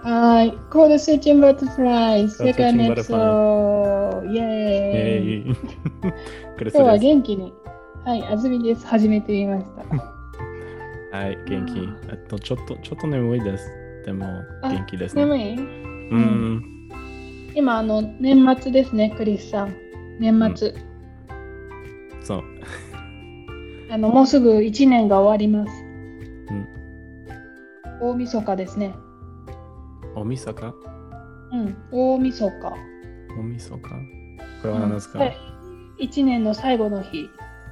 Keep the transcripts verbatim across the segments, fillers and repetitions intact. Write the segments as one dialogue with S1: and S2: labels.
S1: はい。コードスイッチンバタフライ、セカンドエピソ
S2: Butterfly
S1: ード。イェ
S2: イェ
S1: ーイ。
S2: ーイクリス
S1: 今日は
S2: です。
S1: 元気に。はい、あずみです。始めてみました。
S2: はい、元気。えっと、ちょっと、ちょっと眠いです。でも、
S1: あ
S2: 元気ですね。
S1: 眠い、
S2: う
S1: うん、
S2: ん。
S1: 今、あの、年末ですね、クリスさん。年末。
S2: そう。
S1: あの、もうすぐいちねんが終わります。
S2: うん。
S1: 大晦日ですね。
S2: おみそか
S1: うん、大晦日。
S2: おみそかこれは何ですか、
S1: うん、いちねんの最後の日。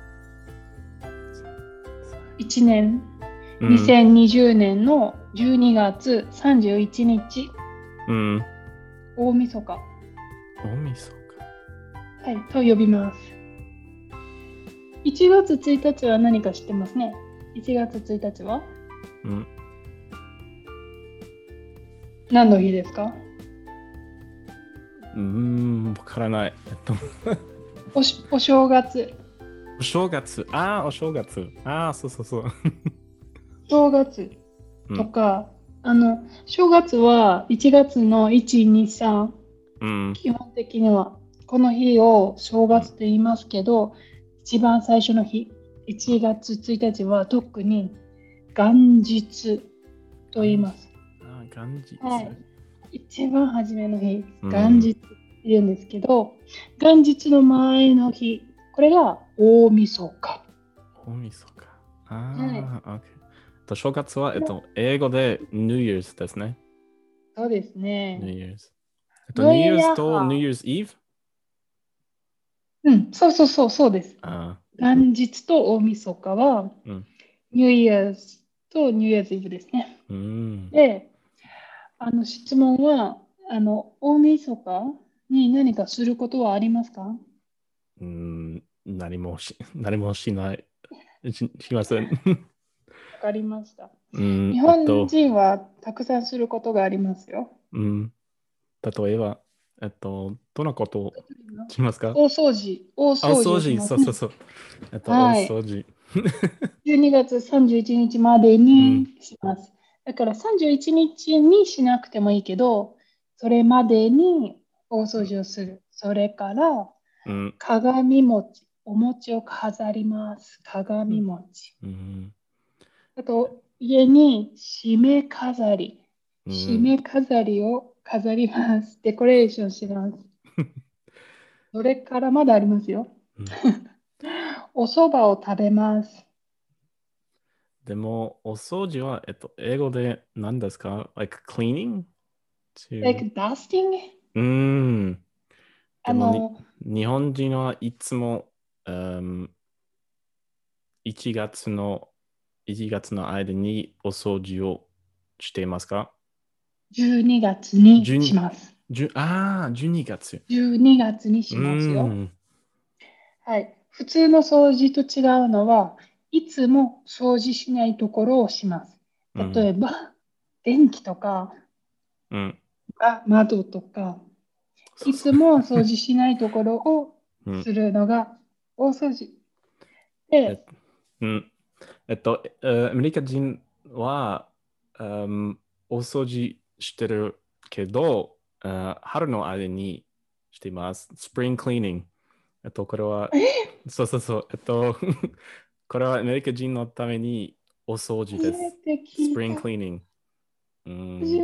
S1: いちねん、
S2: うん、
S1: にせんにじゅうねんのじゅうにがつさんじゅういちにち、
S2: うん。
S1: 大晦日。
S2: おみそか。
S1: はい、と呼びます。いちがつついたちは何か知ってますね。いちがつついたちは
S2: うん。
S1: 何の日ですか？
S2: うーん、わからない。えっと、
S1: おし、お正月。
S2: お正月。ああ、お正月。ああ、そうそうそう。
S1: 正月
S2: うん。
S1: とか、あの、正月はいちがつのいち、に、さん、
S2: うん。
S1: 基本的にはこの日を正月と言いますけど、一番最初の日、いちがつついたちは特に元日と言います。
S2: ああ、元日。
S1: はい。一番初めの日、
S2: うん
S1: 元日って言うんですけど、元日の前の日、これが大晦日。
S2: おみそか。あ
S1: はい。
S2: あ、OK。と、正月は、えっと、英語で New Year's ですね。
S1: そうです
S2: New
S1: ね。
S2: Year's。えっと、
S1: ノ
S2: New
S1: イ
S2: Year's
S1: ヤー
S2: と New
S1: ハ
S2: Year's Eve?
S1: ー。うん、そうそうそう、そうです。
S2: ああ、
S1: 元日と大晦日は、
S2: うん。
S1: ニューイヤーズとニューイヤーズイブですね。
S2: うん。
S1: で、あの質問は、あの、大晦日に何かすることはありますか？わ
S2: うん。何もし、何もしない。し、しません。
S1: かりました。
S2: うん。
S1: 日本
S2: えっと、
S1: 人はたくさんすることがありますよ。
S2: うん。例えば、えっと、どんなことをしますか？
S1: 大掃除、大
S2: あ、お
S1: 掃除をし
S2: 掃除。
S1: ますね。
S2: そうそうそう。えっと、大
S1: はい。
S2: 掃除。
S1: じゅうにがつさんじゅういちにちまで
S2: うん。
S1: にします。だからさんじゅういちにちにちにしなくてもいいけど、それまでに大掃除をする。それから
S2: うん。
S1: 鏡餅、お餅を飾ります。
S2: うん。
S1: 鏡餅。
S2: うん。
S1: あと、家に締め飾り。締
S2: うん。
S1: め飾りを飾ります。デコレーションします。それからまだありますよ。
S2: うん。
S1: お蕎麦を食べます。
S2: でも、お掃除は、えっと、英語で何ですか？ Like cleaning? To...
S1: Like dusting?
S2: うーん。でもに、
S1: あの、
S2: 日本人はいつも、うんいちがつの、いちがつの間にお掃除をしていますか？
S1: じゅうにがつにし
S2: 10,
S1: ます。
S2: 10ああ、じゅうにがつ。
S1: じゅうにがつに
S2: うー
S1: しますよ。
S2: ん。
S1: はい。普通の掃除と違うのは、いつも掃除しないところをします。
S2: うん。
S1: 例えば、電気とか、
S2: うん。
S1: あ窓とか、
S2: そうそ
S1: いつも掃除しないところを
S2: う。うん。
S1: するのが大掃除。
S2: え、
S1: で、
S2: うん。えっと、えーアメリカ人は、うんお掃除してるけど、あ春の間にしています。スプリングクリーニング。えっと、これは、
S1: え、
S2: そうそうそう。えっと、これはアメリカ人のためにお掃除です。
S1: 初めて
S2: スプリング
S1: 聞いた。
S2: クリーニング。うん、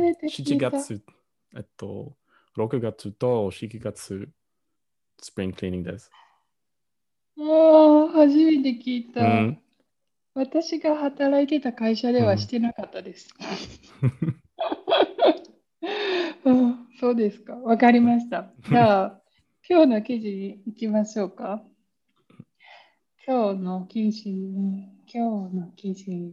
S1: 初めて聞
S2: 7
S1: いた。あ
S2: 月、えっと、ろくがつとしちがつ、スプリングクリーニングです。
S1: あ、初めて聞いた。
S2: うん、
S1: 私が働いてた会社で
S2: うん。
S1: はしてなかったです。うん、そうですか。わかりました。じゃあ、今日の記事に行きましょうか。今日の記事に、今日の記事。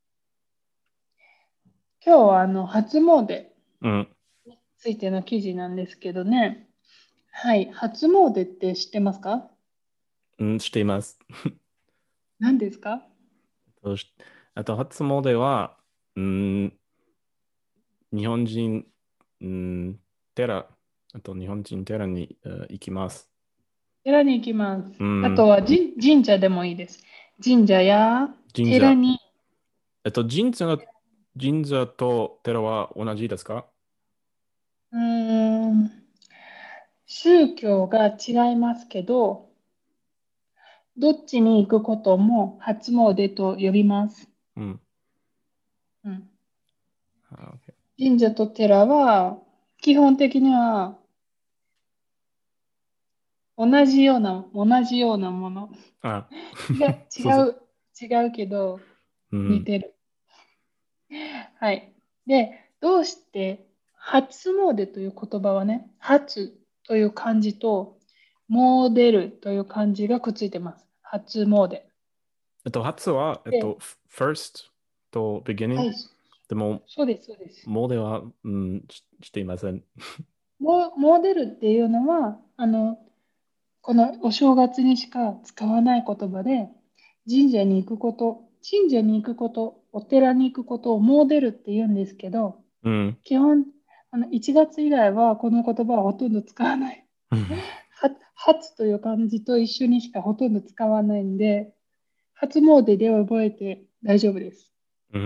S1: 今日はあの初詣
S2: うん、
S1: についての記事なんですけどね。はい、初詣って知ってますか？
S2: うん、しています。
S1: 何ですか？
S2: そしあと、初詣は、うん、日本人、うん、寺、あと日本人寺に、えー行きます。
S1: 寺に行きます。
S2: うん、
S1: あとは神神社でもいいです。神社や
S2: 神社。
S1: 寺に、
S2: えっと、神社、神社と寺は同じですか？
S1: うーん、宗教が違いますけど、どっちに行くことも初詣と呼びます。
S2: うん。
S1: うん、
S2: あ、OK。
S1: 神社と寺は基本的には同じような、同じようなもの。
S2: あ、
S1: 違う、
S2: そうそう。
S1: 違う、違うけど
S2: うん。
S1: 似てる。はい。で、どうして初詣という言葉はね、初という漢字と、モデルという漢字がくっついてます。初詣。
S2: えっと、初は、えっ
S1: で、
S2: と、first と
S1: は
S2: beginning。
S1: い、
S2: でも、
S1: そうです、そうです。
S2: もでは、うん、し、していません。
S1: モモデルっていうのは、あの、このお正月にしか使わない言葉で、神社に行くこと、神社に行くこと、お寺に行くことをモデルって言うんですけど、
S2: うん。
S1: 基本、あのいちがつ以外はこの言葉はほとんど使わない。
S2: うん。
S1: は初という漢字と一緒にしかほとんど使わないんで、初詣で覚えて大丈夫です。
S2: うん。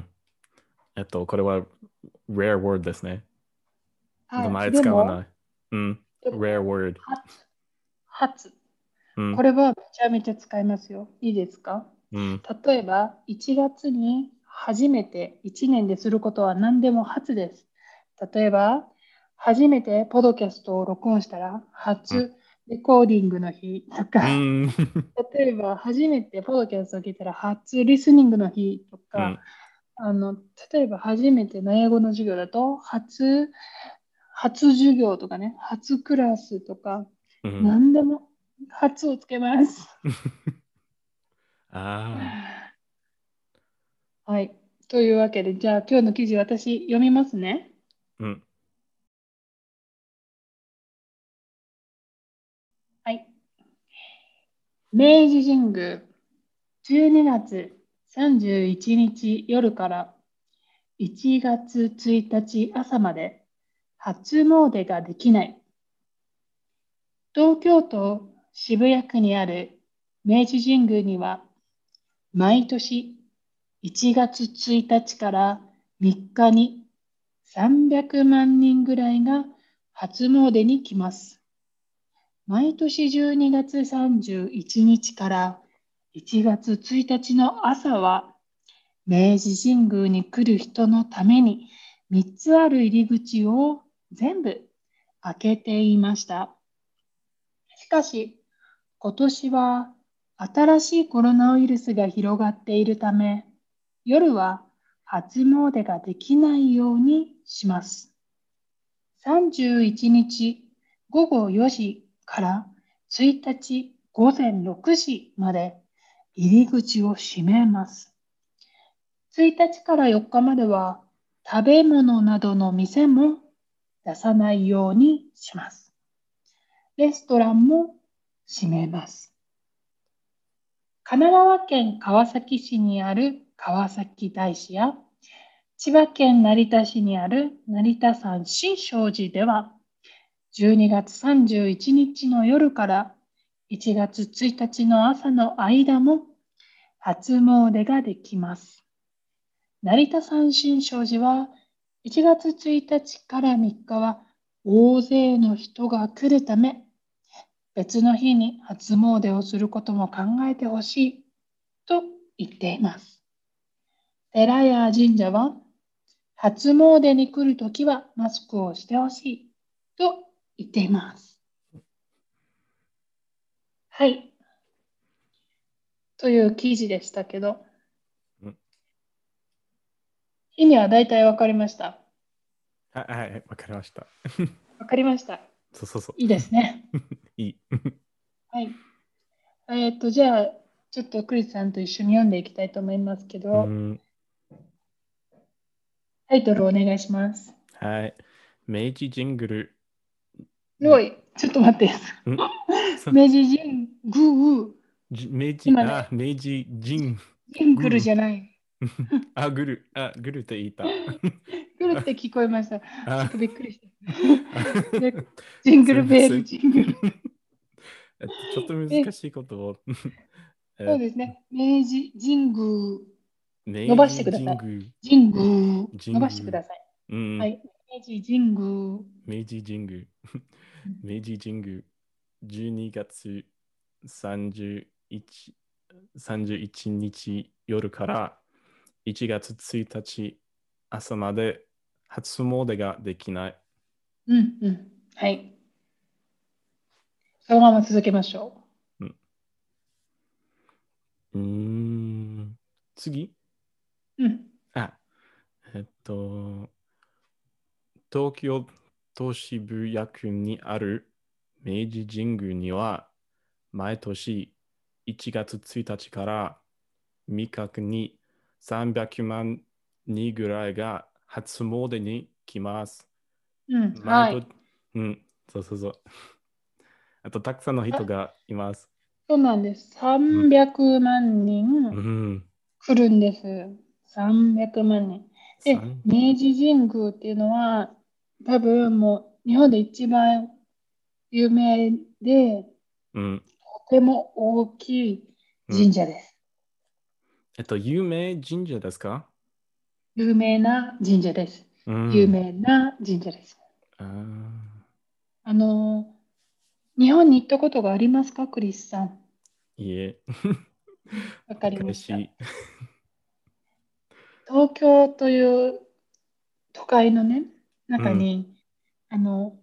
S2: えっと、これは rare word ですね。名
S1: はい。
S2: 前
S1: でも、
S2: 使わない。うん。
S1: で
S2: rare
S1: も、
S2: word。
S1: 初、初。
S2: うん。
S1: これはめちゃめちゃ使いますよ。いいですか？
S2: うん。
S1: 例えば、いちがつに初めていちねんですることは何でも初です。例えば、初めてポドキャストを録音したら、
S2: うん。
S1: 初レコーディングの日とか、
S2: うん。
S1: 例えば、初めてポドキャストを聞いたら、初リスニングの日とか、
S2: うん。
S1: あの、例えば、初めての英語の授業だと、初、初授業とかね、初クラスとか、
S2: うん。
S1: 何でも初をつけます。
S2: ああ。
S1: はい。というわけで、じゃあ今日の記事私読みますね。
S2: うん。
S1: はい。明治神宮じゅうにがつさんじゅういちにち夜からいちがつついたち朝まで初詣ができない。東京都渋谷区にある明治神宮には毎年いちがつついたちからみっかにさんびゃくまん人ぐらいが初詣に来ます。毎年じゅうにがつさんじゅういちにちからいちがつついたちの朝は、明治神宮に来る人のためにみっつある入り口を全部開けていました。しかし、今年は新しいコロナウイルスが広がっているため、夜は初詣ができないようにします。さんじゅういちにちごごよじからついたちごぜんろくじまで入り口を閉めます。ついたちからよっかまでは食べ物などの店も出さないようにします。レストランも閉めます。神奈川県川崎市にある川崎大師や千葉県成田市にある成田山新勝寺ではじゅうにがつさんじゅういちにちの夜からいちがつついたちの朝の間も初詣ができます。成田山新勝寺はいちがつついたちからみっかは大勢の人が来るため、別の日に初詣をすることも考えてほしいと言っています。寺や神社は初詣に来るときはマスクをしてほしいと言っています。はい。という記事でしたけど、
S2: うん。
S1: 意味は大体わかりました。
S2: はい、はい、わかりました。
S1: わかりました。
S2: そうそうそう。
S1: いいですね。
S2: いい。
S1: はい。えっと、じゃあ、ちょっとクリスさんと一緒に読んでいきたいと思いますけど、
S2: うん。
S1: タイトルお願いします。
S2: はい。明治ジングル。
S1: おい、ちょっと待って。
S2: んそ
S1: 明治神宮。
S2: じ明治、あ、
S1: 今ね、
S2: 明治神
S1: ジングル
S2: 宮。
S1: じゃない。
S2: あ、グル、あ、グルって言った。
S1: グルって聞こえました。ちょっ
S2: あ、
S1: とびっくりした。
S2: あ
S1: で、ジング
S2: すみ
S1: ルベール、
S2: ません。
S1: ジングル。
S2: えっと、ちょっと難
S1: え、
S2: しいことを。
S1: そ
S2: えっと、
S1: うですね。明治神宮。伸ばして
S2: 明治
S1: ください。
S2: 神宮、
S1: 神宮。伸ばしてく
S2: 神宮。
S1: ださい。
S2: うん。
S1: はい。 明治神宮。
S2: 明治神宮。明治神宮。じゅうにがつさんじゅういち、さんじゅういちにち夜からいちがつついたち朝まで初詣ができない。
S1: うんうん。はい。そのまま続けましょ
S2: うん。うーん次
S1: う。うん。
S2: あ、えっと、東京都渋谷区にある明治神宮には毎年いちがつついたちからみっかにさんびゃくまん人ぐらいが初詣に来ます。
S1: うん。
S2: 毎度、
S1: はい。
S2: うん、そうそうそう。あと、たくさんの人
S1: あ、
S2: がいます。
S1: そうなんです。
S2: うん、
S1: さんびゃくまん人
S2: うん、
S1: 来るんです。さんびゃくまん人。で、
S2: 三
S1: 明治神宮っていうのは、多分もう日本で一番有名で、
S2: うん、
S1: とても大きい
S2: うん。
S1: 神社です。
S2: えっと、有名神社ですか？
S1: 有名な神社です。
S2: うん。
S1: 有名な神社です。
S2: あー
S1: あの、日本に行ったことがありますか、クリスさん。
S2: いえ。
S1: わかりました。
S2: 昔。
S1: 東京という都会のね、
S2: うん、
S1: 中に、あの、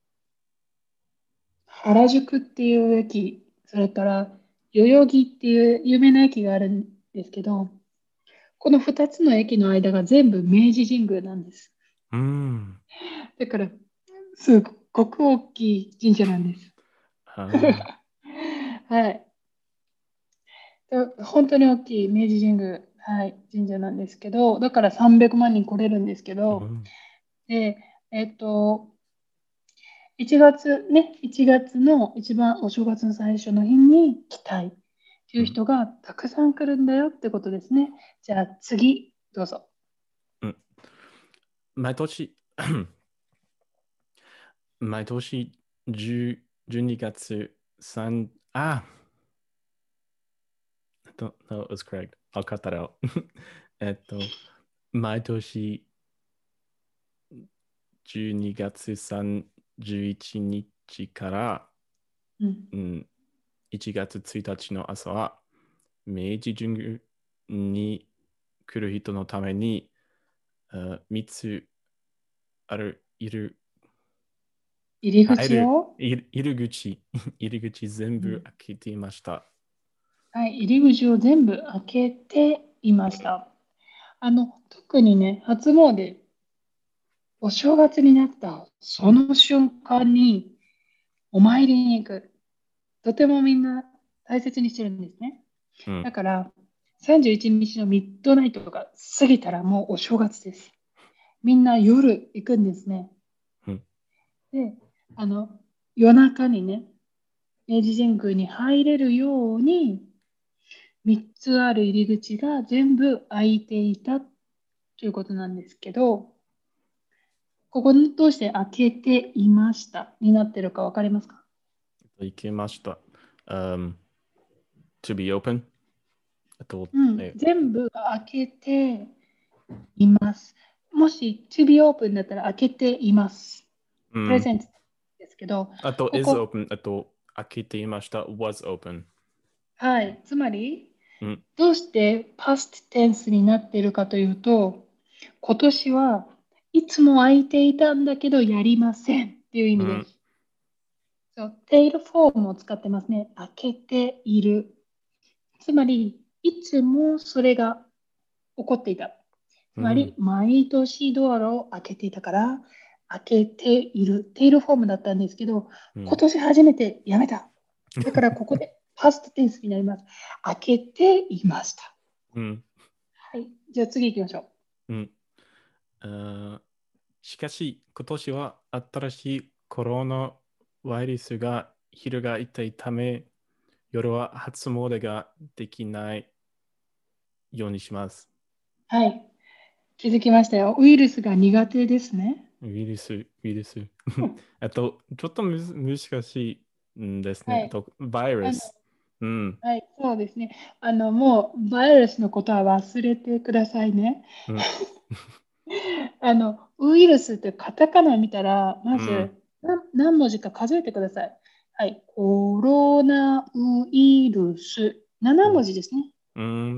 S1: 原宿っていう駅、それから代々木っていう有名な駅があるんですけど、このふたつの駅の間が全部明治神宮なんです。
S2: うん。
S1: だから、すっごく大きい神社なんです。
S2: あ
S1: はい。で本当に大きい明治神宮、はい、神社なんですけど、だからさんびゃくまん人来れるんですけ
S2: ー、う
S1: ど、
S2: ん、
S1: で、えっと、いちがつね、いちがつの一番お正月の最初の日に来たいっていう
S2: うん、
S1: 人がたくさん来るんだよってことですね。じゃあ次、どうぞ。
S2: うん。毎年、毎年じゅう、じゅうにがつさん、あ、don't know it was correct. I'll cut that out. えっと、毎年じゅうにがつさんじゅういちにちから、
S1: うん、
S2: うん、いちがつついたちの朝は、明治神宮に来る人のために、みっつある、いる、
S1: 入り
S2: 入る、
S1: 口を、
S2: 入り口、入り口全部
S1: うん、
S2: 開けていました。
S1: はい、入り口を全部開けていました。あの、特にね、初詣、お正月になったその瞬間にお参りに行く。とてもみんな大切にしてるんですね。
S2: うん、
S1: だから、さんじゅういちにちのミッドナイトが過ぎたらもうお正月です。みんな夜行くんですね。
S2: うん、
S1: で、あの、夜中にね、明治神宮に入れるように、みっつある入り口が全部開いていたということなんですけど、ここどうして開けていましたになってるかわかりますか？
S2: 行きました。Um, to be open. あと、
S1: うん、
S2: え、
S1: 全部開けています。もし to be open だったら開けています。
S2: うん。
S1: プレゼントですけど、
S2: あと、
S1: こ
S2: is
S1: こ、
S2: open。あと、開けていました。was open。
S1: はい、つまり、
S2: うん。
S1: どうして past tense になっているかというと、今年はいつも空いていたんだけどやりませんっていう意
S2: うん。
S1: 味です。そう、テイルフォームを使ってますね。開けている。つまり、いつもそれが起こっていた。つまり、
S2: うん。
S1: 毎年ドアを開けていたから、開けている。テイルフォームだったんですけど、今
S2: うん。
S1: 年初めてやめた。だから、ここでパストテンスになります。開けていました。
S2: うん。
S1: はい。じゃあ次行きましょ
S2: うん。あしかし、今年は新しいコロナウイルスが広がっていたため、夜は初詣ができないようにします。
S1: う。はい。気づきましたよ。ウイルスが苦手ですね。
S2: ウイルス、ウイルス。
S1: うん。
S2: あと、ちょっとむず難しいんですね。あ
S1: はい。
S2: と、バイ
S1: あの、
S2: ラス。うん。
S1: はい、そうですね。あの、もう、バイオレスのことは忘れてくださいね。
S2: うん。
S1: あの、 ウイルスってカタカナを見たら、まず、
S2: うん。
S1: な何文字か数えてください。はい。コロナウイルス。なな文
S2: こ
S1: 字ですね。
S2: うん、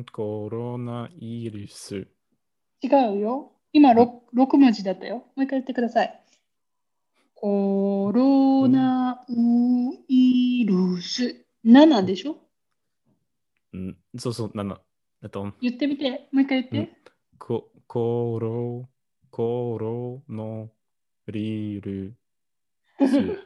S2: コロナウイルス。
S1: 違うよ。今
S2: うん、
S1: ろく、ろく文字だったよ。もう一回言ってください。コロ
S2: こ
S1: ナウイルス。ななでしょ。
S2: うん、そうそう、なな。えっと、
S1: 言ってみて。もう一回
S2: うん、
S1: 言って。
S2: こ、コロ、コロナウイルス。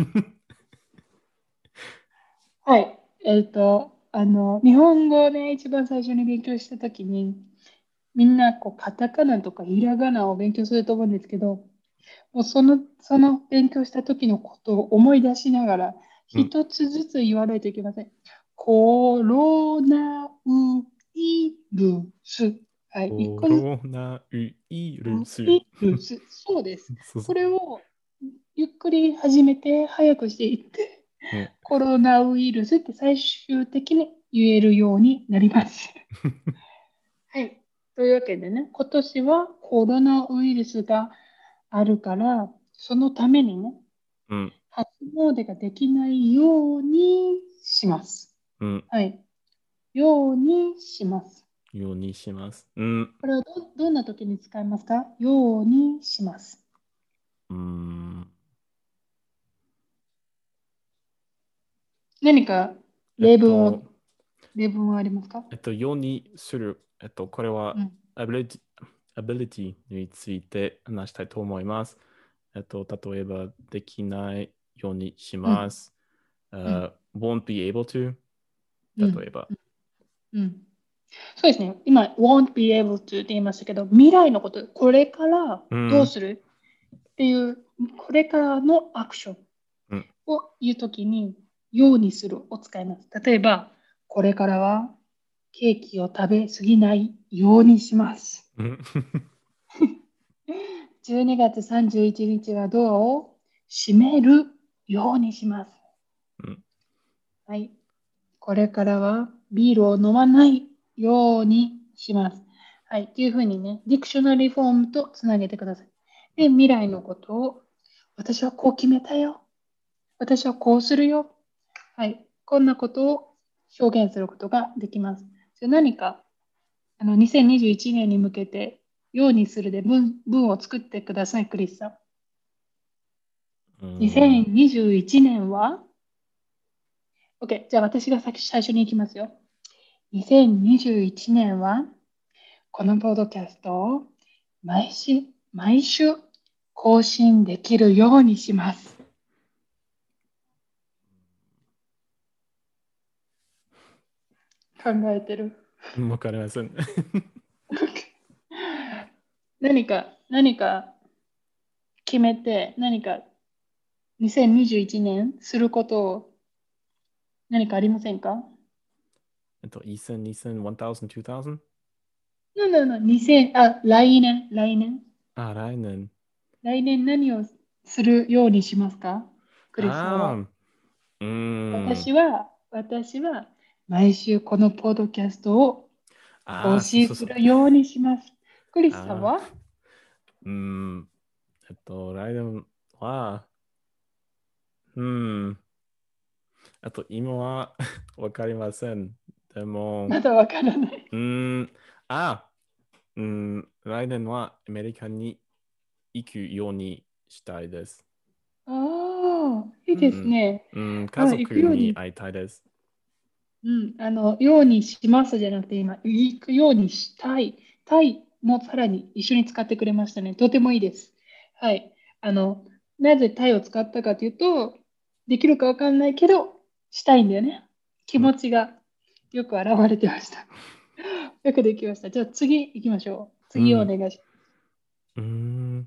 S1: はい。えっと、あの、日本語で一番最初に勉強したときに、みんなこうカタカナとかひらがなを勉強すると思うんですけど、もうその、その勉強した時のことを思い出しながら、
S2: うん、
S1: 一つずつ言わないといけません。コロナウイルス。はい。一
S2: コ
S1: 個ずつ、
S2: ロナウイル
S1: ウ
S2: ス。
S1: イルス。そうです。
S2: そうそう。
S1: これをゆっくり始めて、早くしていって、
S2: うん。
S1: コロナウイルスって最終的に言えるようになります。はい。というわけでね、今年はコロナウイルスがあるから、そのためにね、
S2: うん。
S1: 初詣ができないようにします。
S2: うん。
S1: はい。ようにします。
S2: ようにします。うん。
S1: これはど、どんな時に使いますか？ようにします。
S2: うん。
S1: 何か
S2: えっ
S1: 例文を、
S2: と、
S1: 例文はありますか？
S2: えっと、ようにする。えっと、これは
S1: うん。
S2: ability、ability について話したいと思います。えっと、例えば、できないようにし
S1: うん。
S2: ます。
S1: うん。
S2: Uh, won't be able to
S1: うん。
S2: 例えば。
S1: うん。そうですね。今、won't be able to って言いましたけど、未来のこと、これから
S2: うん。
S1: どうするっていう、これからのアクション
S2: うん。
S1: を言うときに、ようにするを使います。例えば、これからはケーキを食べ過ぎないようにします。
S2: うん。
S1: じゅうにがつさんじゅういちにちはドアを閉めるようにします。
S2: うん。
S1: はい。これからはビールを飲まないようにします。はい。というふうにね、ディクショナリーフォームとつなげてください。で、未来のことを、私はこう決めたよ。私はこうするよ。はい。こんなことを表現することができます。じゃあ何かあのにせんにじゅういちねんに向けて、ようにするで文文を作ってください、クリスさん。
S2: うん。
S1: にせんにじゅういちねんは ?OK。じゃあ私が先最初に行きますよ。にせんにじゅういちねんは、このポッドキャストを毎週、毎週更新できるようにします。考えてる。
S2: わかりません。
S1: 何か、何か決めて、何かにせんにじゅういちねんすることを何かありませんか？
S2: えっと、いち に ぜろ いち ぜろ に ぜろ
S1: No, no, no. にせん、あ、来年、来年。
S2: あ、来年。
S1: 来年何をするようにしますか？クリスさんは。
S2: ああ、うーん。
S1: 私は、私は、毎週このポッドキャストを更
S2: ああ、そう
S1: 新
S2: そうそう。
S1: するようにします。クリスさん
S2: ああ、
S1: は。
S2: うーん。えっと、来年は、うーん。あと、今はわかりません。でも、
S1: まだわからない。
S2: うーん。あ、うーん。来年はアメリカに行くようにしたいです。
S1: ああ、いいです
S2: うん。
S1: ね。
S2: うん、家
S1: あ、行く
S2: 族
S1: ように、
S2: に会いたいです。
S1: うん、あの、ようにしますじゃなくて、今、行くようにしたい。たいもさらに一緒に使ってくれましたね。とてもいいです。はい。あの、なぜタイを使ったかというと、できるかわかんないけど、したいんだよね。気
S2: うん。
S1: 持ちがよく表れてました。よくできました。じゃあ次行きましょう。次お
S2: うん。
S1: 願いします。
S2: うーん。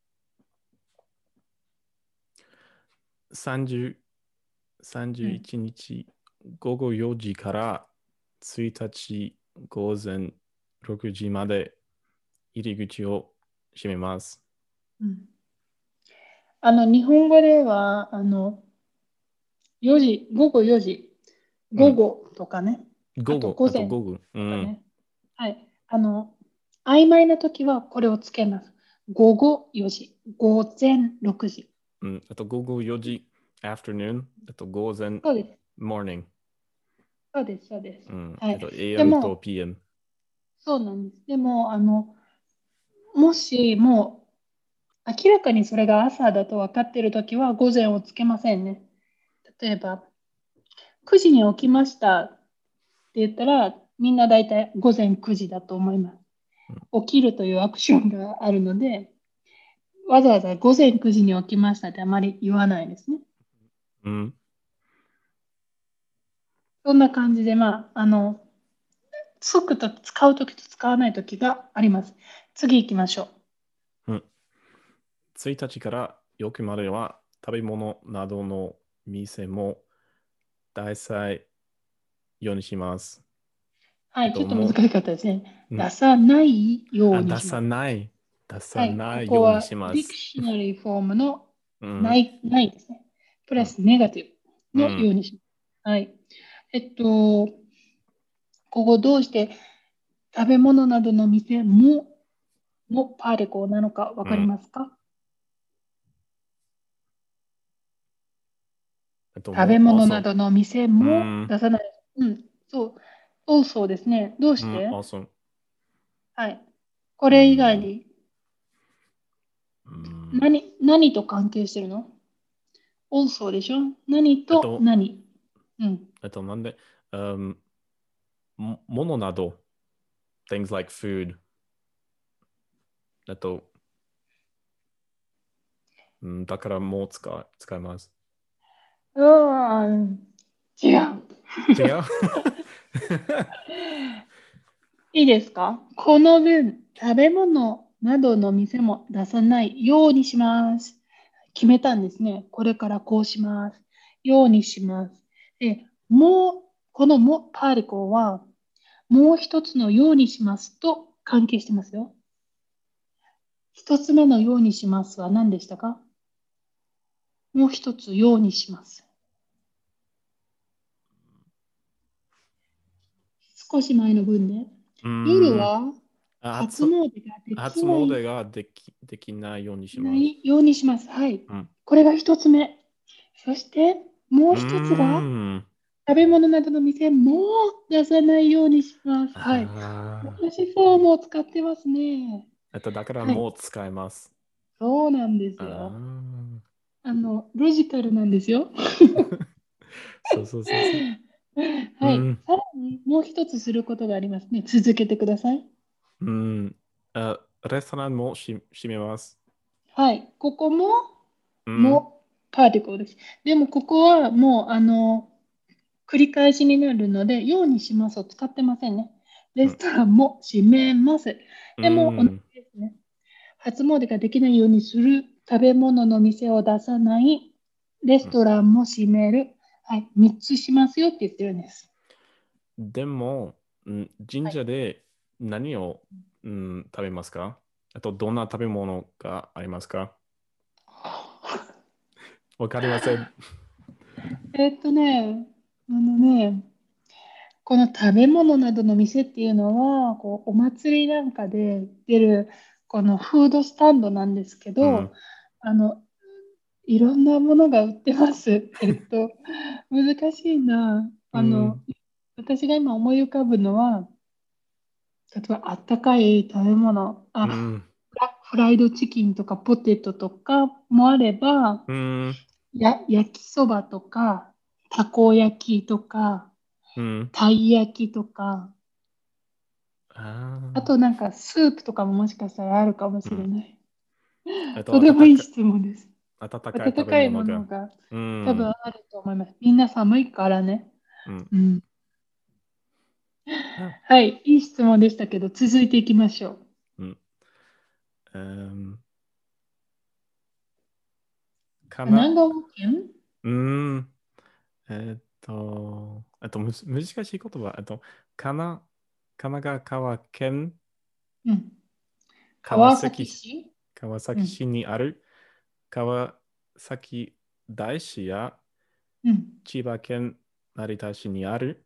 S2: さんじゅう、31
S1: うん。
S2: 日午後よじからついたち午前ろくじまで入り口を閉めます。
S1: うん、あの、日本語では、あの、よじ、午後よじ、午
S2: うん。
S1: 後とかね、あ
S2: 午後、あと
S1: と午前
S2: 午後。うん。
S1: とかね。はい。あの、曖昧な時はこれをつけます。 午後よじ、午前ろくじ。
S2: うん。あと午後よじ、afternoon。あと午前、
S1: そうです。
S2: morning。
S1: そうです、そうです。
S2: うん。
S1: はい。
S2: あと エーエム と
S1: でも、
S2: ピーエム。
S1: そうなんです。でも、あの、もしもう明らかにそれが朝だと分かっているときは午前をつけませんね。例えば、くじに起きましたって言ったら、みんな大体午前くじだと思います。起きるというアクションがあるので、わざわざ午前くじに起きましたってあまり言わないですね。
S2: うん。
S1: そんな感じで、まあ、あの、つくと使うときと使わないときがあります。次行きましょ
S2: うん。ついたちからよくまでは食べ物などの店も大体ようにします。
S1: う。は
S2: えっ
S1: い、ちょ
S2: と、も
S1: っと難しかったですね。
S2: う、うん。
S1: 出さないよ
S2: あ、出
S1: うにします。
S2: さない。出さ
S1: はい、こ
S2: ないように
S1: こは
S2: します。
S1: ディクショナリーフォームの
S2: うん。
S1: ない、ないですね。プ
S2: うん。
S1: ラスネガティブ
S2: うん。
S1: のようにします。はい。えっと、ここどうして食べ物などの店も、もパーレコなのかわかり
S2: うん。
S1: ますか？
S2: えっと、
S1: 食べ
S2: もう、
S1: 物な
S2: also。
S1: どの店
S2: うん。
S1: も出さない。うん、そう。そうそうですね。どう
S2: うん。
S1: して？
S2: also。
S1: はい。こ
S2: う
S1: れ以外
S2: ん。
S1: に
S2: うん。
S1: 何、何と関係してるの？ also でしょ？何と
S2: えっと、
S1: 何？うん。
S2: えっと、なんで、うん、もものなど、things like food。えっと、うん、だからもう使う使います。
S1: うーん、違う。
S2: 違う。
S1: いいですか？この分、食べ物などの店も出さないようにします。決めたんですね。これからこうします。ようにします。で、もう、このもパーリコは、もう一つのようにしますと関係してますよ。一つ目のようにしますは何でしたか？もう一つようにします。少し前の文で。
S2: うーん。
S1: 夜は
S2: あ初、
S1: 初詣ができ
S2: 初
S1: ない
S2: 詣ができ、できないようにします。
S1: ないようにします。はい。
S2: うん。
S1: これが一つ目。そして、もう
S2: うー
S1: 一つが、
S2: ん。
S1: 食べ物などの店も出さないようにします。はい。
S2: あ
S1: 同じフォームを使ってますね。
S2: あ。えっと、だから
S1: はい。
S2: もう使えます。
S1: そうなんです
S2: あ
S1: よ。
S2: あ。
S1: あの、ロジカルなんですよ。
S2: そうそうそうそう。
S1: はい。
S2: うん。
S1: さらに、もう一つすることがありますね。続けてください。
S2: うん。あ、レストランもし閉めます。
S1: はい。ここも、
S2: うん。
S1: も、パーティクルです。でも、ここはもう、あの、繰り返しになるので、ようにしますを使ってませんね。レス
S2: うん。
S1: トランも閉めます。
S2: う
S1: でも同じ
S2: ん。
S1: ですね。初詣ができないようにする、食べ物の店を出さない、レストランも閉める。はい、みっつしますよって言ってるんです。
S2: でも、うん、神
S1: はい。
S2: 社で何を、うん、食べますか？あと、どんな食べ物がありますか？わかりません。
S1: えーっとね、あのね、この食べ物などの店っていうのは、こうお祭りなんかで出るこのフードスタンドなんですけど、
S2: うん。
S1: あの、いろんなものが売ってます。えっと、難しいな。あの、
S2: うん。
S1: 私が今思い浮かぶのは、例えばあったかい食べ物、あ、
S2: うん。
S1: フラフライドチキンとかポテトとかもあれば、
S2: うん。
S1: や、焼きそばとか、たこ焼きとか、
S2: うん。
S1: たい焼きとか、あ
S2: あ
S1: となんかスープとかももしかしたらあるかも
S2: あ。うん。
S1: しれない。
S2: えっと、
S1: とてもいい
S2: 温か、
S1: 質問です。
S2: 温かい食べ
S1: 温かいも
S2: 物が。
S1: のが
S2: うん。
S1: 多分あると思います。みんな寒いからね。
S2: うん。
S1: うん。
S2: あ、
S1: はい、いい質問でしたけど、続いていきましょう。
S2: うん。うん。かな。
S1: 神奈川県。
S2: うん。えーっと、あとむず、難しい言葉。あと、かな、神奈川県
S1: うん。川
S2: 川崎市、
S1: 崎市。
S2: 川崎
S1: うん。
S2: 市にある川崎大師や
S1: うん。
S2: 千葉県成田市にある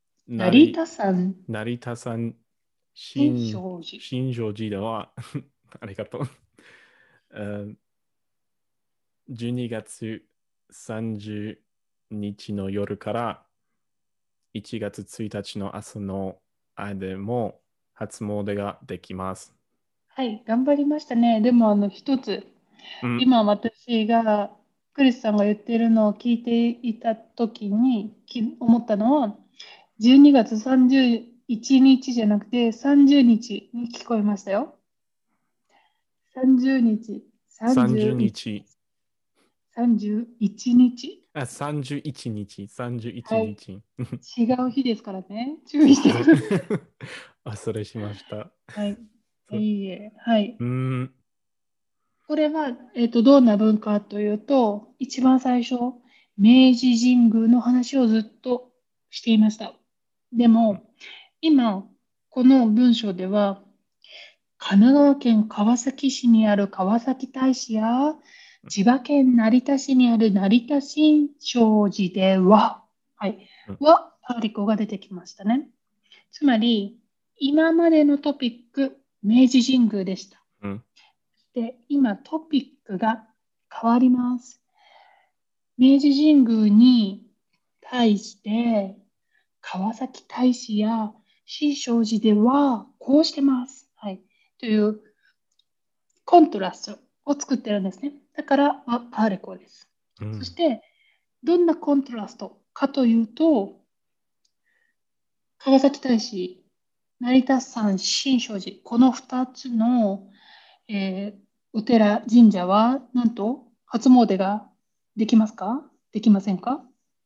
S1: 成
S2: 成、
S1: 田山
S2: 成田山
S1: 新
S2: 新、
S1: 勝寺。
S2: 新勝寺ではありがとう。うんじゅうにがつさんじゅうにちの夜からいちがつついたちの朝の間も初詣ができます。
S1: はい、頑張りましたね。でも、あの、一つ、
S2: うん、
S1: 今私がクリスさんが言ってるのを聞いていたときにき思ったのは、じゅうにがつさんじゅういちにちじゃなくてさんじゅうにちにちに聞こえましたよ。さんじゅうにち、
S2: 30
S1: 31、
S2: 日。
S1: さんじゅういちにち。
S2: あ、さんじゅういちにち、31
S1: はい。
S2: 日。
S1: 違う日ですからね。注意して
S2: そう。
S1: ください。
S2: あ、それしました。
S1: はい。
S2: そう。
S1: いいえ。はい。
S2: うーん。
S1: これは、えっと、どんな文化というと、一番最初、明治神宮の話をずっとしていました。でも、今、この文章では、神奈川県川崎市にある川崎大師や、千葉県成田市にある成田新勝寺では、はい、
S2: うん
S1: は、パーリコが出てきましたね。つまり、今までのトピック、明治神宮でした。
S2: うん。
S1: で、今トピックが変わります。明治神宮に対して川崎大師や新勝寺ではこうしてます。はい。というコントラストを作ってるんですね。だからパーレコです。
S2: うん。
S1: そして、どんなコントラストかというと、川崎大師、成田山新勝寺、このふたつの、えーお寺、神社は、なんと、初詣ができますか？できませんか？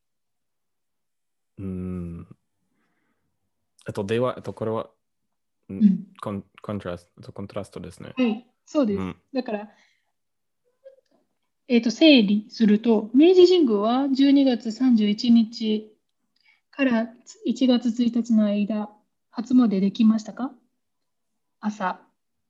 S2: うーん。あと、では、あと、これは、ん
S1: うん。
S2: コン、コントラスト、あとコントラストですね。
S1: はい、そうです。
S2: うん。
S1: だから、えーと、整理すると、明治神宮はじゅうにがつさんじゅういちにちからいちがつついたちの間、初詣できましたか？朝、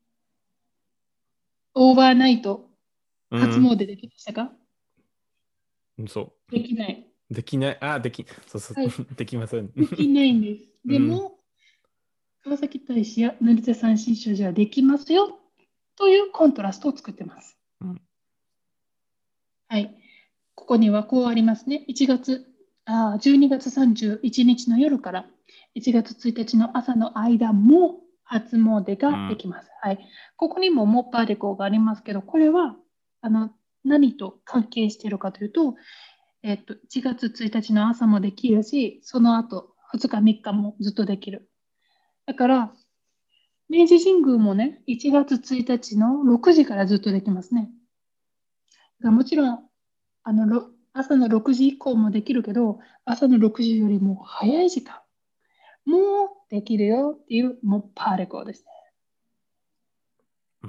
S1: オーバーナイト、初
S2: うん。
S1: 詣できましたか？
S2: うんそ
S1: できない。
S2: う。できない。あ、でき、そうそう。
S1: はい、
S2: できません。
S1: できないんです。
S2: うん。
S1: でも、川崎大師や成田山新勝寺はできますよというコントラストを作ってます。
S2: うん。
S1: はい。ここにはこうありますね。いちがつ、あじゅうにがつさんじゅういちにちの夜からいちがつついたちの朝の間も初詣がで
S2: うん。
S1: きます。はい。ここにもモッパーデコがありますけど、これはあの何と関係しているかというと、えっと、いちがつついたちの朝もできるし、その後ふつかみっかもずっとできる。だから、明治神宮もね、いちがつついたちのろくじからずっとできますね。がもちろん、あの、ろ朝のろくじ以降もできるけど、朝のろくじよりも早い時間、もうできるよっていう、もうパーレコーですね。
S2: うん。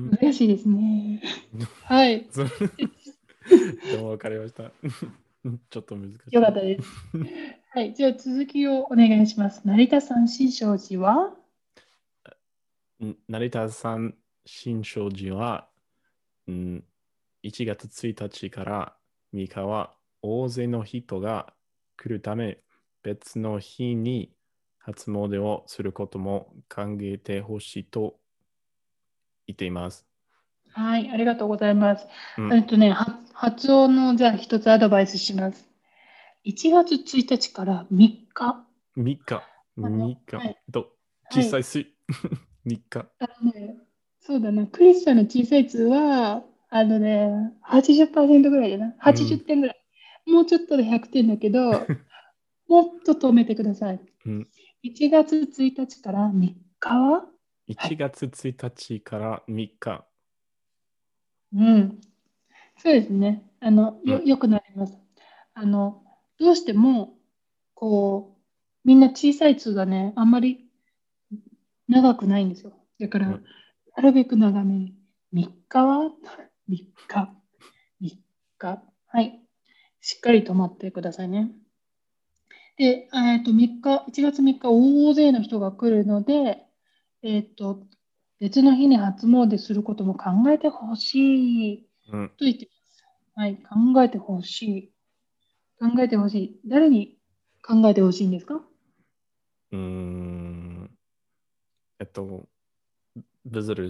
S1: 難しいですね。はい。
S2: そうでも分かりました。ちょっと難
S1: よか
S2: しい。
S1: ったです。はい。じゃあ続きをお願いします。成田山新勝寺は、
S2: ん成田山新勝寺は、んいちがつついたちからみっかは大勢の人が来るため、別の日に初詣をすることも考えてほしいと言っています。
S1: はい、ありがとうございます。
S2: うん、
S1: えっとね、は発音のじゃあ一つアドバイスします。いちがつついたちからみっか。
S2: みっか、
S1: あの、
S2: みっか
S1: はい、
S2: と
S1: はい。
S2: 小さいしみっか。
S1: あのね、そうだな、クリスチャンの小さい図は、あのね、はちじゅっパーセントぐらいだな。80
S2: うん、
S1: 点ぐらい。もうちょっとでひゃくてんだけど、もっと止めてください。
S2: うん、
S1: いちがつついたちからみっかは、は
S2: 1
S1: い。
S2: 月ついたちからみっか。
S1: うん。そうですね。あの、よ、
S2: うん、
S1: よくなります。あの、どうしても、こう、みんな小さい図がね、あんまり長くないんですよ。だから、
S2: うん、
S1: なるべく長めに。みっかはみっか。みっか。はい。しっかり止まってくださいね。で、えっと、みっか、いちがつみっか、大勢の人が来るので、えっと、別の日に初詣することも考えてほしい
S2: うん。
S1: と言ってます。はい。考えてほしい。考えてほしい。誰に考えてほしいんですか？
S2: うーんえっと、visitors。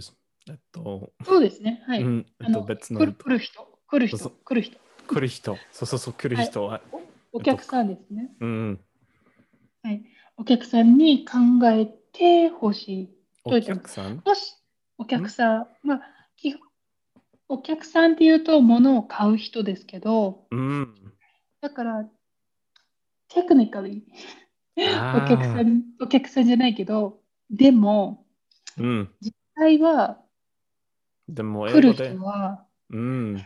S2: えっと、
S1: そうですね。はい。
S2: うん、えっと、
S1: あの、来る、
S2: 別の人。
S1: 来る人、来る人、
S2: そうそう、
S1: 来る人。
S2: 来る人。そうそうそう、来る
S1: はい。
S2: 人は、
S1: お、お
S2: えっと、
S1: 客さんですね。
S2: うん、
S1: はい。お客さんに考えてほしい
S2: お
S1: と言ってます。
S2: 客さん
S1: もし、お客
S2: ん
S1: さん、まあ、きお客さんっていうと、物を買う人ですけど、
S2: うん。
S1: だから、テクニカルお客さ
S2: ああ、
S1: ん、お客さんじゃないけど、でも、
S2: うん。
S1: 実際は
S2: でも、英
S1: 来る
S2: 語で、
S1: 人は、
S2: うん。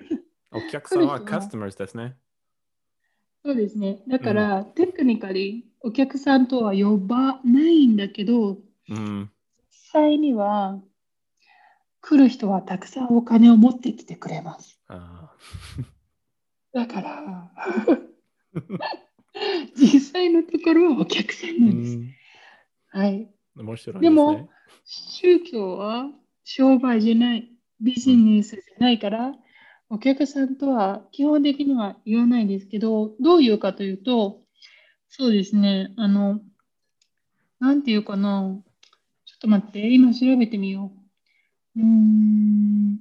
S2: お客
S1: 来
S2: さん
S1: る人は、
S2: はカスタマーズですね。
S1: そうですね。だ
S2: うん、
S1: から、テクニカルお客さんとは呼ばないんだけど、
S2: うん。
S1: 実際には来る人はたくさんお金を持ってきてくれます。
S2: あ
S1: だから、実際のところはお客さんなんです。
S2: うん。
S1: はい。
S2: 面白い
S1: でも、
S2: ですね。
S1: 宗教は商売じゃない、ビジ
S2: うん、
S1: ネスじゃないから、お客さんとは基本的には言わないですけど、どう言うかというと、そうですね、あの、なんていうかな、ちょっと待って、今調べてみよう。うーん、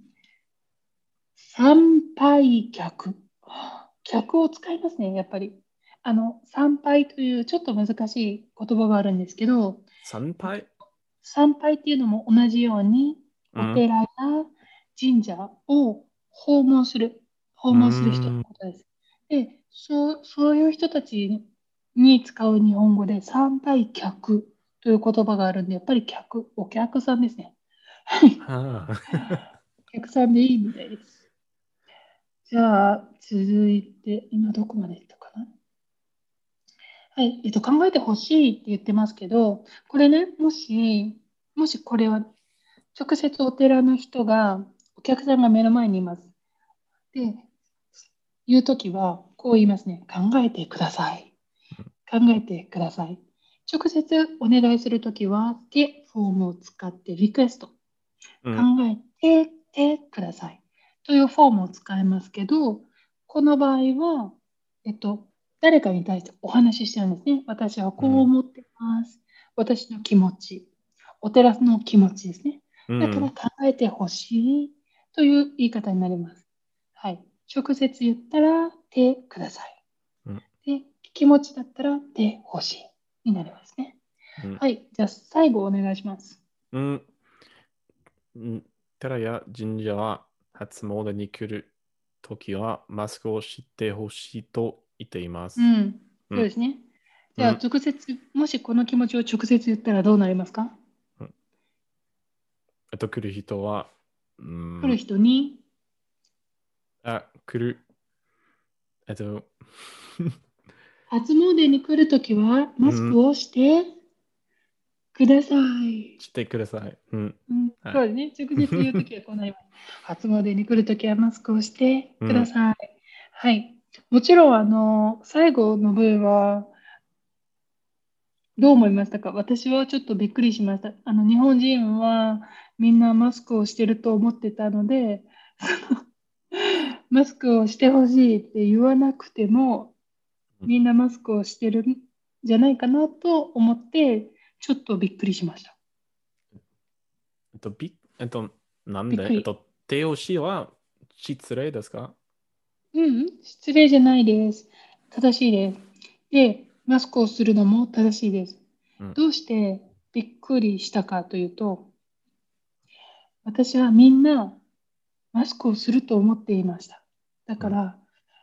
S1: 参拝客。客を使いますね、やっぱり。あの、参拝というちょっと難しい言葉があるんですけど、えっと
S2: 参拝
S1: 参拝っていうのも同じように、
S2: うん。
S1: お寺や神社を訪問する、訪
S2: う
S1: 問する人の
S2: ん。
S1: ことです。で、そう、そういう人たちに使う日本語で参拝客という言葉があるんで、やっぱり客、お客さんですね。はい。
S2: はあ。
S1: お客さんでいいみたいです。じゃあ、続いて、今どこまでいったかな。はい、えっと、考えてほしいって言ってますけど、これね、もし、もしこれは直接お寺の人が、お客さんが目の前にいます。で、言うときは、こう言いますね。考えてください。考えてください。直接お願いするときは、で、フォームを使ってリクエスト。考
S2: うん。
S1: えててください。というフォームを使いますけど、この場合は、えっと、誰かに対してお話ししてるんですね。私はこう
S2: うん。
S1: 思ってます。私の気持ち。お寺の気持ちですね。だから
S2: うん。
S1: 考えてほしいという言い方になります。はい。直接言ったら、てください。
S2: うん。
S1: で、気持ちだったら、てほしいになりますね。
S2: うん。
S1: はい。じゃあ、最後お願いします。
S2: うんうん寺や神社は初詣に来るときはマスクをしてほしいと言っています。
S1: うん。
S2: うん。
S1: そうですね。じゃあ、
S2: うん。
S1: 直接、もしこの気持ちを直接言ったらどうなりますか？
S2: うんあと来る人は、う
S1: 来る
S2: ん、
S1: 人に、
S2: あ、来る、えっと、
S1: 初詣に来るときは、マスク
S2: うん、
S1: をしてください。
S2: してください。うん。
S1: うん、
S2: はい。
S1: そうですね。直接言うときはこうなります。初詣に来るときはマスクをして
S2: うん。
S1: ください。はい。もちろん、あの、最後の文は、どう思いましたか？私はちょっとびっくりしました。あの、日本人はみんなマスクをしてると思ってたので、マスクをしてほしいって言わなくても、みんなマスクをしてるんじゃないかなと思って、ちょっとびっくりしました。
S2: えっと、び、えっと、なんで、えっ
S1: びっくり。
S2: と、手押しは失礼ですか？
S1: うん、失礼じゃないです。正しいです。で、マスクをするのも正しいです。
S2: うん。
S1: どうしてびっくりしたかというと、私はみんなマスクをすると思っていました。だ
S2: うん。
S1: から、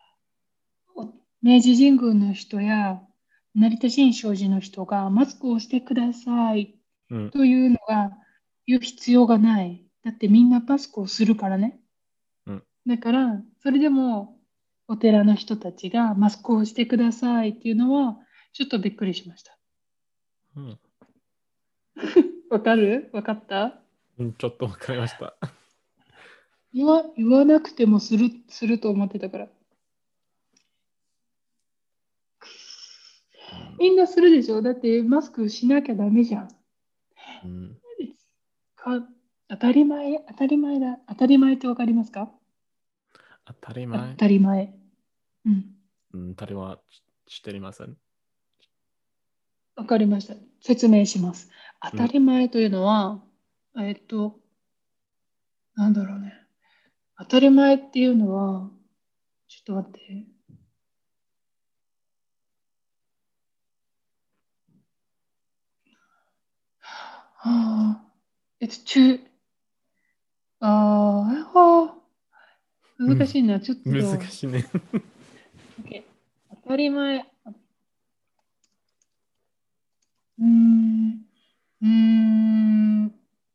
S1: 明治神宮の人や成田新勝寺の人がマスクをしてください
S2: うん。
S1: というのが言う必要がない。だってみんなマスクをするからね。
S2: うん。
S1: だから、それでもお寺の人たちがマスクをしてくださいっていうのはちょっとびっくりしました。
S2: うん
S1: わかるわかった？
S2: うんちょっとわかりました。
S1: 言わ、言わなくてもする、すると思ってたから。
S2: うん。
S1: みんなするでしょ？だってマスクしなきゃダメじゃん。
S2: うん。
S1: か、当たり前、当たり前だ。当たり前ってわかりますか？
S2: 当たり
S1: 当
S2: 前。
S1: たり前。うん。
S2: うん、誰はししていません。
S1: わかりました。説明します。当
S2: うん。
S1: たり前というのは、えっと、 なんだろうね。当たり前っていうのは、ちょっと待って。はあ、It's too, ああ、難しいな。ちょっ
S2: 難
S1: と、
S2: しいね。
S1: OK。当たり前。うーん、うーん、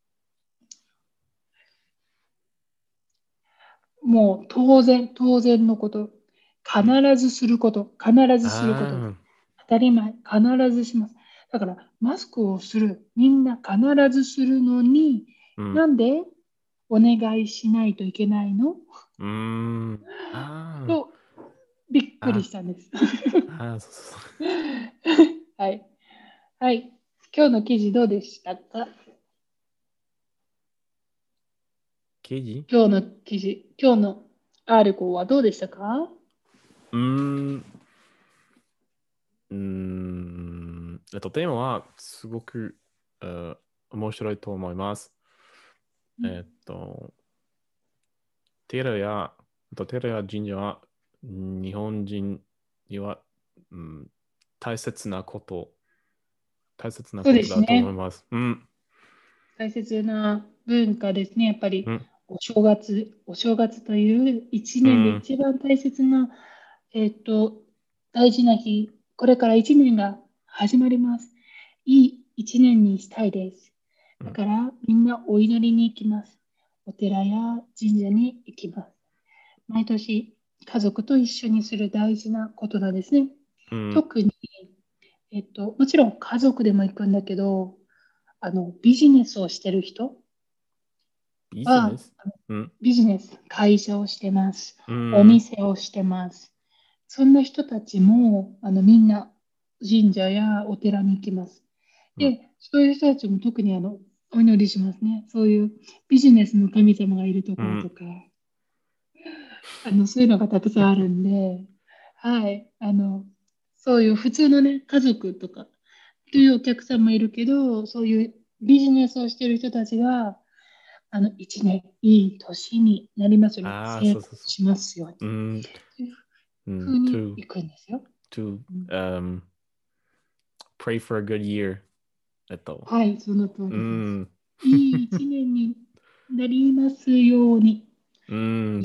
S1: もう当然、当然のこと。必ずすること。必ずすることです。
S2: あ
S1: 当たり前。必ずします。だから、マスクをする。みんな必ずするのに、
S2: あ、うん。
S1: なんでお願いしないといけないの
S2: うーん。あ
S1: と、びっ
S2: あ、
S1: くり
S2: あ
S1: したんです。
S2: あ、そうそうそう。
S1: はい。はい。今日の記事どうでしたか？
S2: 刑事
S1: 今日の記事、今日のアールコーはどうでしたか？
S2: うーん。うーん。えっと、テーマはすごく、えー面白いと思います。えっと、寺や、えっと寺や神社は日本人には、うん、大切なこと、大切な
S1: そうで
S2: ことだと思い
S1: すね。
S2: ます。うん。
S1: 大切な文化ですね。やっぱり
S2: うん。
S1: お正月、お正月という一年で
S2: うん。
S1: 一番大切な、えっと、大事な日、これから一年が始まります。いい一年にしたいです。
S2: うん。
S1: だからみんなお祈りに行きます。お寺や神社に行きます。毎年家族と一緒にする大事なことなんですね。
S2: うん。
S1: 特に、えっと、もちろん家族でも行くんだけど、あのビジネスをしてる人は
S2: ビジネスうん。
S1: ビジネス、会社をしてます。お
S2: うん。
S1: 店をしてます。そんな人たちもあのみんな神社やお寺に行きます。
S2: うん。
S1: で、そういう人たちも特にあのお祈りしますね。そういうビジネスの神様がいると
S2: うん。
S1: ころとか、あのそういうのがたくさんあるんで、はい、あのそういう普通のね、家族とかというお客さんもいるけど、そういうビジネスをしている人たちが、あの一年いい年になりますように、
S2: ああ、
S1: 成
S2: そうそうそ
S1: 功しますように、
S2: う。うん。
S1: という
S2: うん。
S1: ふうに
S2: to,
S1: 行くんですよ。
S2: to,
S1: うん、
S2: um, pray for a good year. えっと、
S1: はい、その通
S2: う
S1: りです。
S2: ん。
S1: いい一年になりますように、
S2: うん、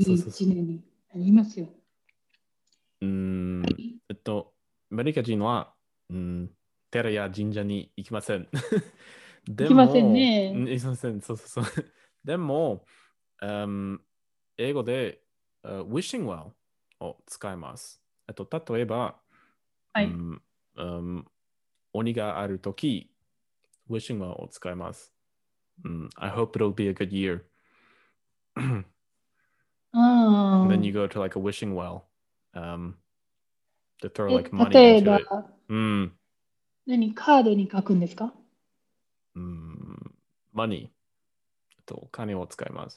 S1: いい
S2: そうそうそう。
S1: 一年になりますように。
S2: うん。
S1: はい、
S2: えっと、アメリカ人は、うん、寺や神社に行きません。で
S1: 行きません
S2: も、
S1: ね。
S2: うん行きません。そうそうそう。でも、うん英語で、uh, wishing well を使います。えっと、例えば、
S1: はい。
S2: うん、うん、鬼があるとき、wishing well を使います。うん、I hope it'll be a good year.
S1: あ
S2: And then you
S1: あ。
S2: go to like a wishing well um, to throw
S1: え、
S2: like money
S1: 例え
S2: into
S1: ば、
S2: it. うん、
S1: 何、カードに書くんですか？
S2: うん、money とお金を使います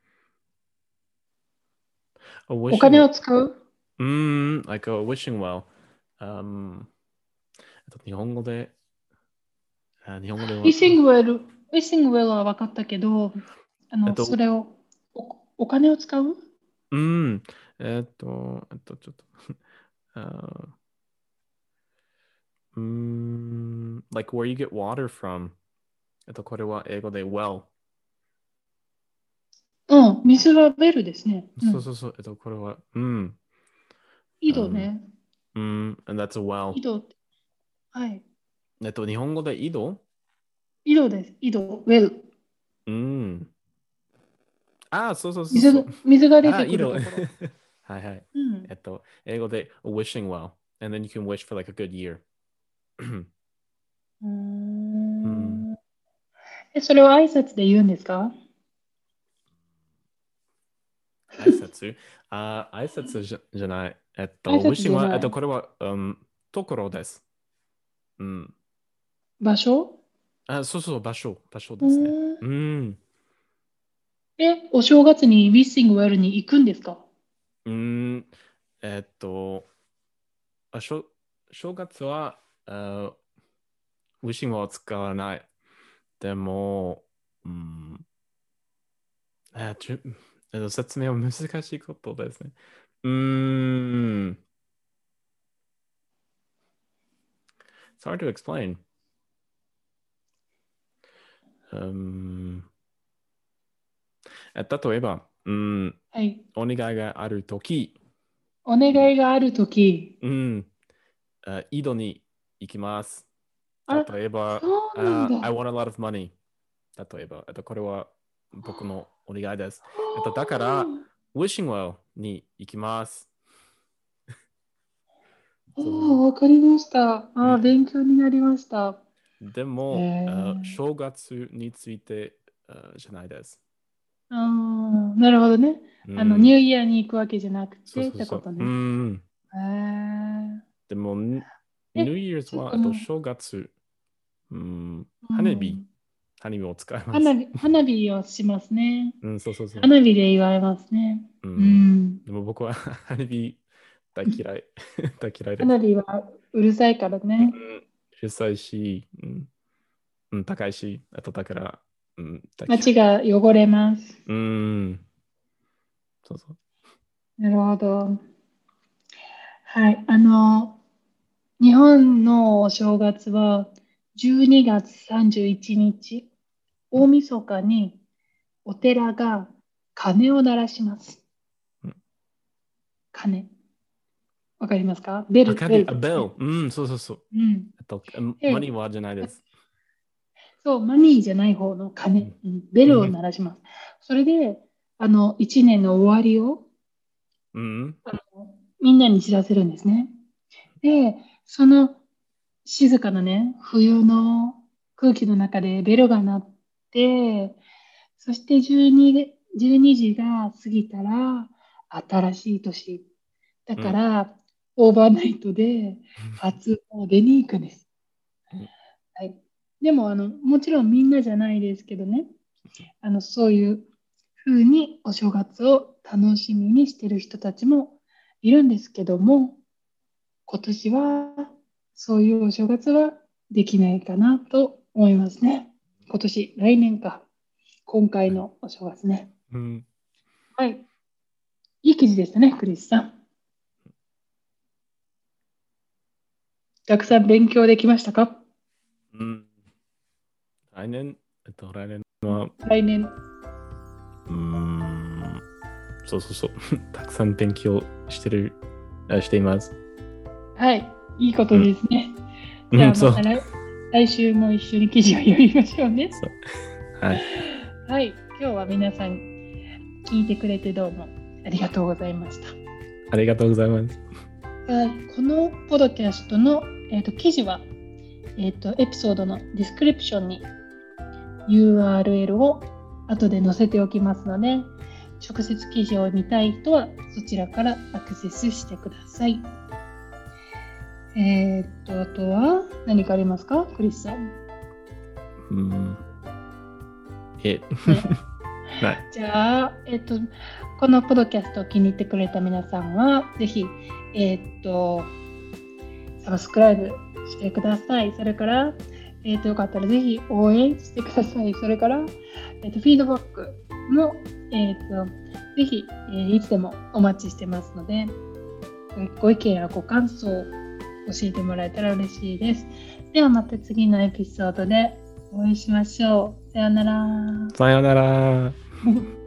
S2: 。A
S1: お
S2: wishing
S1: 金
S2: well.
S1: を使う？
S2: うん、like a wishing well. Um, 日本語で、あ日本語では、
S1: ウィッシングウェル、ウィッシングウェルは分かったけど、あの、そ
S2: えっと、
S1: れを、お、お金を使う？
S2: うん、えっと、えっと、ちょっと、あうーん、like where you get water from. えっと、これは英語で well。
S1: うん、水はウェルですね。うん。
S2: そうそうそう、えっと、これは、うん、
S1: 井戸
S2: um,
S1: ね。
S2: うん、and that's a well。
S1: 井戸って、はい。
S2: えっと、日本語で井戸
S1: 井戸です。井戸、ウェル。
S2: うん。ああ、そうそうそう
S1: 水が、
S2: そう。
S1: 水が出
S2: ああ、
S1: てく
S2: 井戸。
S1: るところ。
S2: はいはい。
S1: うん。
S2: えっと、英語で a wishing well。And then you can wish for like a good year。
S1: うー
S2: うん。
S1: ん。え、それは挨拶で言うんですか？
S2: 挨拶ああ、挨拶じゃ、じゃない。えっと、
S1: 挨拶
S2: wishing は、えっと、
S1: じゃない。
S2: これは、うん、ところです。うん。
S1: 場所？
S2: あ、そうそう、場所、場所
S1: う
S2: ですね。
S1: ーん。
S2: うん。
S1: え、お正月にウィッシングウェルに行くんですか？
S2: うん。えっと、あ、しょ、正月は、あ、ウィッシングは使わない。でも、うん、 あちゅえっと説明は難しいことですね。うーん。It's hard to explain. うーんえ例えば、うん、
S1: はい。
S2: お願いがあるとき、
S1: お願いがあるとき、
S2: うん、あ井戸に行きます。
S1: あ、
S2: 例えば、
S1: そうなん
S2: あ I
S1: だ。
S2: want a lot of money. 例えば、えっと、これは僕のお願いです。えっと、だか
S1: は
S2: ら、Wishing Well に行きます。
S1: あ、
S2: そうそうそう。
S1: わかりました。あ、
S2: うん、
S1: 勉強になりました。
S2: で
S1: へ
S2: も、あ
S1: え。
S2: 正月についてあじゃないです。
S1: あー、なるほどね。あの、ニ
S2: うん、
S1: ューイヤーに行くわけじゃなくてっ
S2: そうそうそう。う
S1: てことね。
S2: ん。
S1: へえ。
S2: でも、New
S1: え、
S2: Year's は、えっと、
S1: ちょっとも
S2: 正月、うん、
S1: う、う
S2: 花火、
S1: ん、
S2: 花火を使います。
S1: 花火、花火をしますね。
S2: うん、そうそうそう。
S1: 花火で祝いますね。う
S2: うん。
S1: ん。
S2: でも僕は花火大嫌い。大嫌いです。
S1: 花火はうるさいから
S2: うん。
S1: ね。
S2: 主催し、うん、うん、高いし、あとだから、うん、大嫌い。
S1: 街が汚れます。
S2: うん、そうそう。
S1: なるほど。はい。あの、日本のお正月はじゅうにがつさんじゅういちにち、大晦日にお寺が鐘を鳴らします。
S2: うん、
S1: 鐘。わかりますか？ベル、ベ
S2: 明かり、あ、ベル。
S1: ルですね。
S2: うん、そうそうそう。
S1: うん。
S2: あと、マ
S1: で、
S2: ニーはじゃないです。
S1: そう、マニーじゃない方の鐘、
S2: うん。
S1: うん、ベルを
S2: うん。
S1: 鳴らします。それで、あの、いちねんの終わりを
S2: うん。
S1: あのみんなに知らせるんですね。で、その静かなね、冬の空気の中でベルが鳴って、そしてじゅうに、じゅうにじが過ぎたら新しい年。だ
S2: うん。
S1: から、オーバーナイトで初詣に行くんです。
S2: うん。
S1: はい。でも、あの、もちろんみんなじゃないですけどね、あの、そういうふうにお正月を楽しみにしてる人たちもいるんですけども、今年はそういうお正月はできないかなと思いますね。今年、来年か。今回のお正月ね。
S2: うん。
S1: はい。いい記事でしたね、クリスさん。たくさん勉強できましたか？
S2: うん。来年、えっと、来年は、
S1: 来年。
S2: うーん、そうそうそう。たくさん勉強してる、あしています。
S1: はい。いいこと
S2: うん。
S1: ですね。じ
S2: うん、そう。
S1: ゃあまた来来週も一緒に記事を読みましょうね。
S2: そう。はい。
S1: はい。今日は皆さん聞いてくれてどうもありがとうございました。
S2: ありがとうございます。
S1: はい、このポッドキャストの、えーと、記事は、えーと、エピソードのディスクリプションに ユーアールエル を後で載せておきますので、直接記事を見たい人はそちらからアクセスしてください。えーと、あとは何かありますか、クリスさん。
S2: うん。え、ない。
S1: じゃあ、えっと、このポッドキャストを気に入ってくれた皆さんは、ぜひ、えっと、サブスクライブしてください。それから、えっと、よかったらぜひ応援してください。それから、えっと、フィードバックも、えっと、ぜひ、えー、いつでもお待ちしてますので、ご意見やご感想を教えてもらえたら嬉しいです。ではまた次のエピソードでお会いしましょう。さようなら。
S2: さようなら。